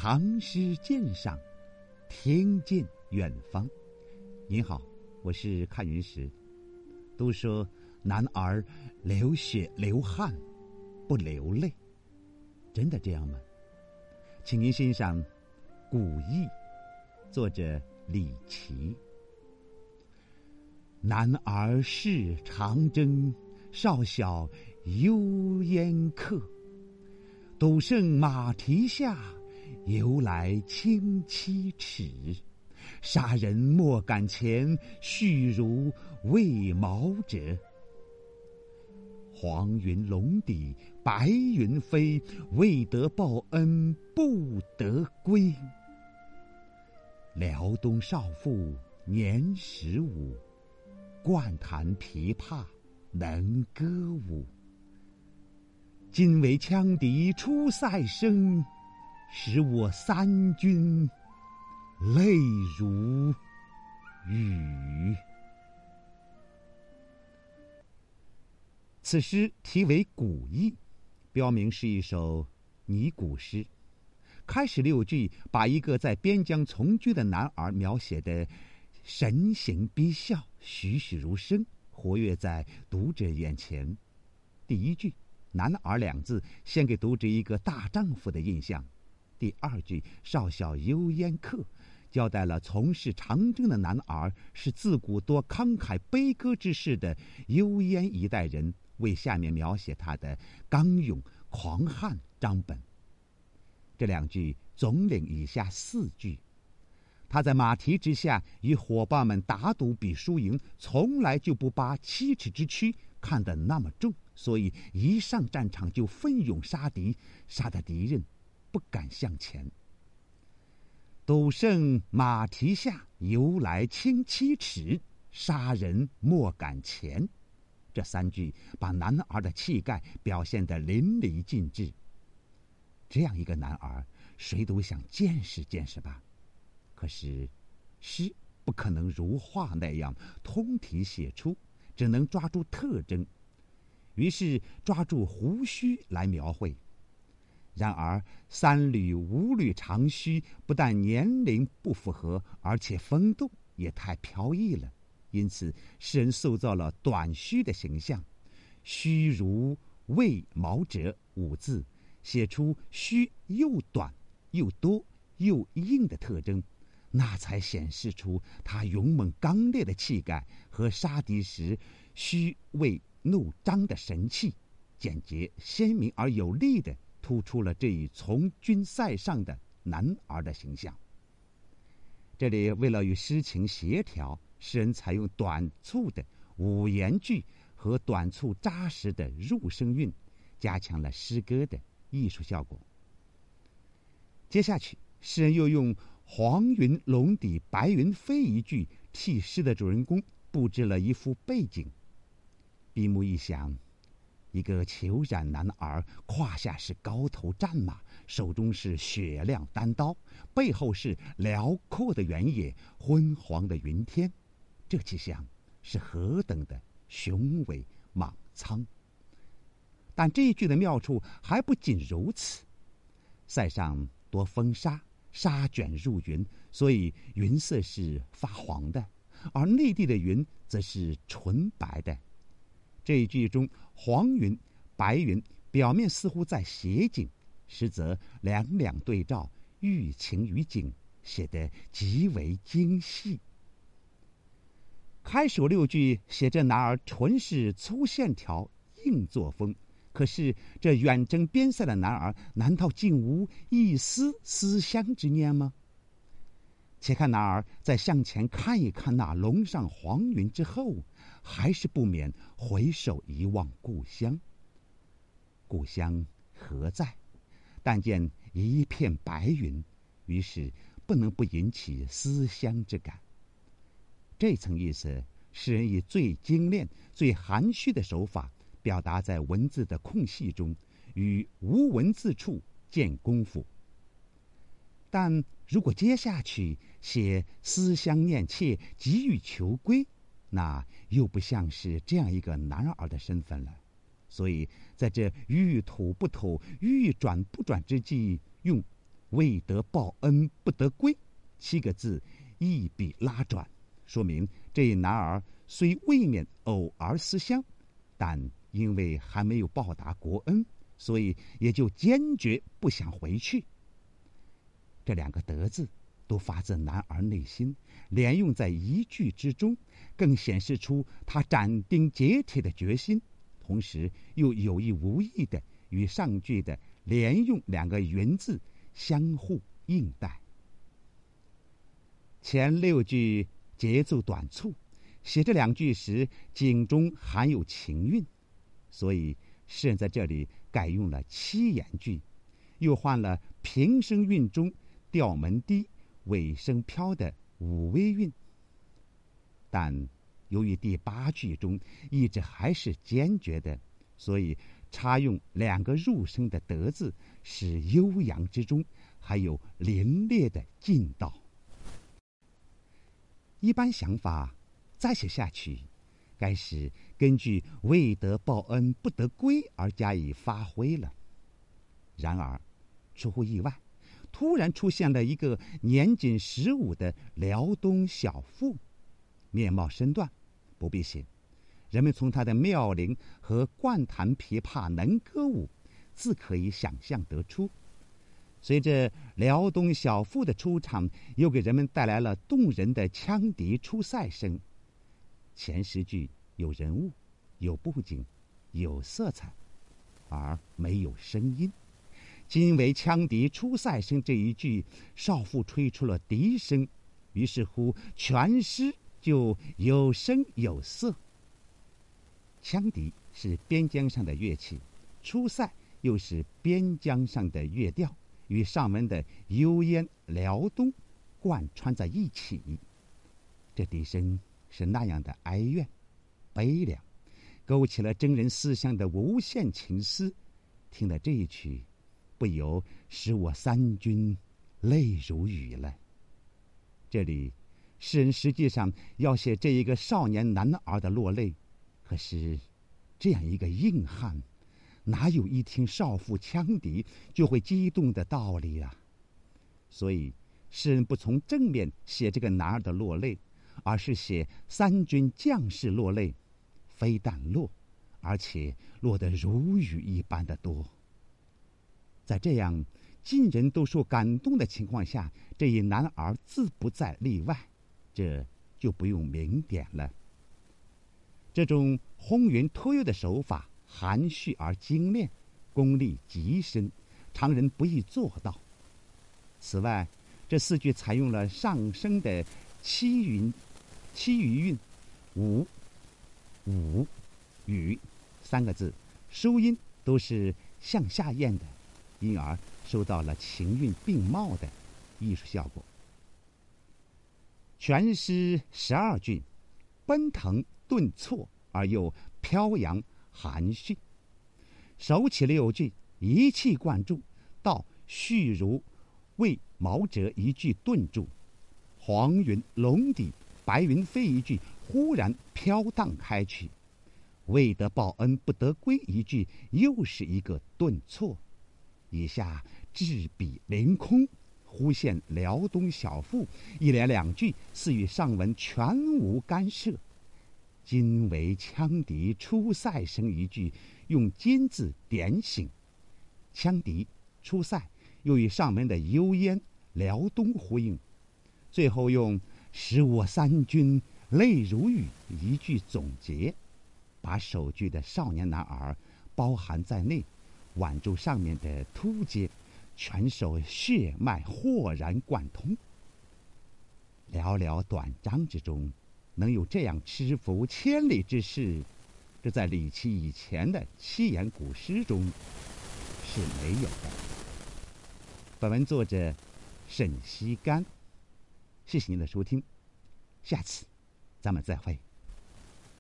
唐诗鉴赏，听见远方。您好，我是看云石。都说男儿流血流汗不流泪，真的这样吗？请您欣赏《古意》，作者李琦。男儿事长征，少小幽烟客。斗胜马蹄下，由来轻七尺。杀人莫敢前，须如未毛者。黄云笼底，白云飞，未得报恩不得归。辽东少妇年15，惯弹琵琶能歌舞。今为羌笛出塞声，使我三军泪如雨。此诗题为《古意》，标明是一首拟古诗。开始6句把一个在边疆从军的男儿描写的神形逼笑，栩栩如生，活跃在读者眼前。第1句男儿2字先给读者一个大丈夫的印象。第2句少小幽烟客交代了从事长征的男儿是自古多慷慨悲歌之士的幽烟一代人，为下面描写他的刚勇狂悍张本。这2句总领以下4句。他在马蹄之下与伙伴们打赌比输赢，从来就不把7尺之躯看得那么重，所以一上战场就奋勇杀敌，杀得敌人不敢向前。斗胜马蹄下，由来轻7尺，杀人莫敢前。这3句把男儿的气概表现得淋漓尽致。这样一个男儿，谁都想见识见识吧。可是诗不可能如画那样通体写出，只能抓住特征，于是抓住胡须来描绘。然而3缕5缕长须不但年龄不符合，而且风度也太飘逸了，因此诗人塑造了短须的形象。须如未毛者5字写出须又短又多又硬的特征，那才显示出他勇猛刚烈的气概和杀敌时须未怒张的神气，简洁鲜明而有力地突出了这一从军塞上的男儿的形象。这里为了与诗情协调，诗人采用短促的五言句和短促扎实的入声韵，加强了诗歌的艺术效果。接下去诗人又用黄云笼底白云飞一句替诗的主人公布置了一幅背景。闭目一想，一个虬髯男儿，胯下是高头战马，手中是雪亮单刀，背后是辽阔的原野，昏黄的云天，这气象是何等的雄伟莽苍。但这一句的妙处还不仅如此，塞上多风沙，沙卷入云，所以云色是发黄的，而内地的云则是纯白的。这一句中黄云白云表面似乎在写景，实则两对照，寓情于景，写得极为精细。开首6句写这男儿纯是粗线条硬作风，可是这远征边塞的男儿难道竟无一丝思乡之念吗？且看男儿在向前看一看那笼上黄云之后，还是不免回首一望故乡。故乡何在？但见一片白云，于是不能不引起思乡之感。这层意思，诗人以最精炼最含蓄的手法表达在文字的空隙中，与无文字处见功夫。但如果接下去写思乡念切急于求归，那又不像是这样一个男儿的身份了。所以在这欲吐不吐欲转不转之际，用未得报恩不得归7个字一笔拉转，说明这一男儿虽未免偶尔思乡，但因为还没有报答国恩，所以也就坚决不想回去。这2个得字都发自男儿内心，连用在一句之中，更显示出他斩钉截铁的决心，同时又有意无意的与上句的连用2个云字相互应带。前6句节奏短促，写这2句时景中含有情韵，所以诗人在这里改用了7言句，又换了平声韵中调门低尾声飘的五微韵。但由于第8句中意志还是坚决的，所以插用2个入声的得字，使悠扬之中还有凛冽的劲道。一般想法再写下去，该是根据未得报恩不得归而加以发挥了。然而出乎意外，突然出现了一个年仅15的辽东小妇，面貌身段不必写，人们从她的妙龄和惯弹琵琶能歌舞自可以想象得出。随着辽东小妇的出场，又给人们带来了动人的羌笛出塞声。前10句有人物，有布景，有色彩，而没有声音。今为羌笛出塞声这一句，少妇吹出了笛声，于是乎全诗就有声有色。羌笛是边疆上的乐器，出塞又是边疆上的乐调，与上文的幽燕辽东贯穿在一起。这笛声是那样的哀怨悲凉，勾起了征人思乡的无限情思。听了这一曲，不由使我3军泪如雨了。这里诗人实际上要写这一个少年男儿的落泪，可是这样一个硬汉，哪有一听少妇羌笛就会激动的道理啊？所以诗人不从正面写这个男儿的落泪，而是写3军将士落泪，非但落，而且落得如雨一般的多。在这样尽人都受感动的情况下，这一男儿自不在例外，这就不用明点了。这种轰云托忧的手法含蓄而精炼，功力极深，常人不易做到。此外，这4句采用了上升的七余韵，五语3个字，收音都是向下咽的，因而收到了情韵并茂的艺术效果。全诗12句，奔腾顿挫而又飘扬含蓄。首起6句一气贯注，到续如为毛折一句顿住，黄云笼底白云飞一句忽然飘荡开去，未得报恩不得归一句又是一个顿挫。以下至笔凌空，忽现辽东小妇，一连2句似与上文全无干涉。今为羌笛出塞声一句，用金字点醒，羌笛出塞又与上文的幽燕辽东呼应，最后用使我3军泪如雨一句总结，把首句的少年男儿包含在内，挽住上面的突接，全首血脉豁然贯通。寥寥短章之中能有这样吃服千里之事，这在李颀以前的7言古诗中是没有的。本文作者沈西干，谢谢您的收听，下次咱们再会。